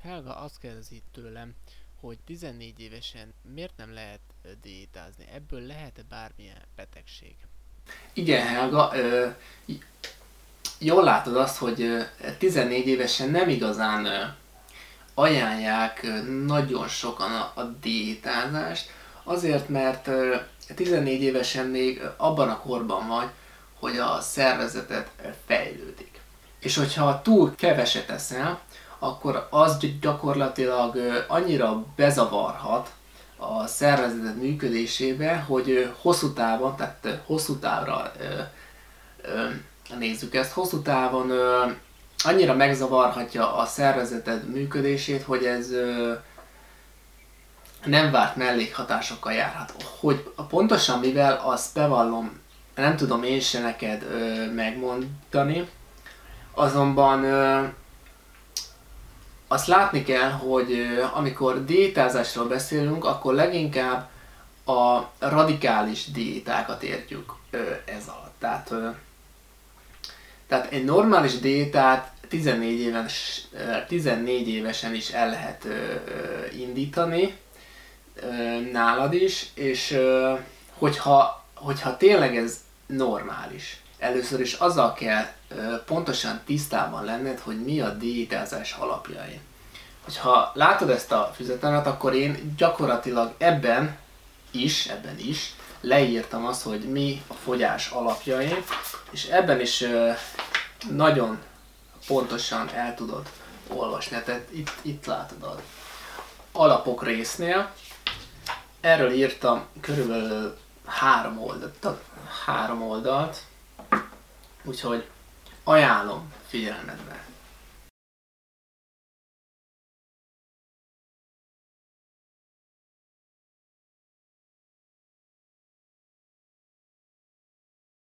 Helga azt kérdezi tőlem, hogy 14 évesen miért nem lehet diétázni? Ebből lehet-e bármilyen betegség? Igen, Helga, jól látod azt, hogy 14 évesen nem igazán ajánlják nagyon sokan a diétázást, azért mert 14 évesen még abban a korban vagy, hogy a szervezeted fejlődik. És hogyha túl keveset eszel, akkor az gyakorlatilag annyira bezavarhat a szervezeted működésébe, hogy hosszú távon, tehát hosszú távra nézzük ezt, hosszú távon annyira megzavarhatja a szervezeted működését, hogy ez nem várt mellékhatásokkal járhat. Hogy pontosan mivel, azt bevallom, nem tudom én se neked megmondani, azonban azt látni kell, hogy amikor diétázásról beszélünk, akkor leginkább a radikális diétákat értjük ez alatt. Tehát egy normális diétát 14 évesen is el lehet indítani, nálad is, és hogyha tényleg ez normális, először is azzal kell pontosan tisztában lenned, hogy mi a diétázás alapjai. Hogyha látod ezt a füzetemet, akkor én gyakorlatilag ebben is leírtam azt, hogy mi a fogyás alapjai, és ebben is nagyon pontosan el tudod olvasni. Tehát itt látod az alapok résznél. Erről írtam körülbelül 3 oldalt, úgyhogy ajánlom figyelmedbe.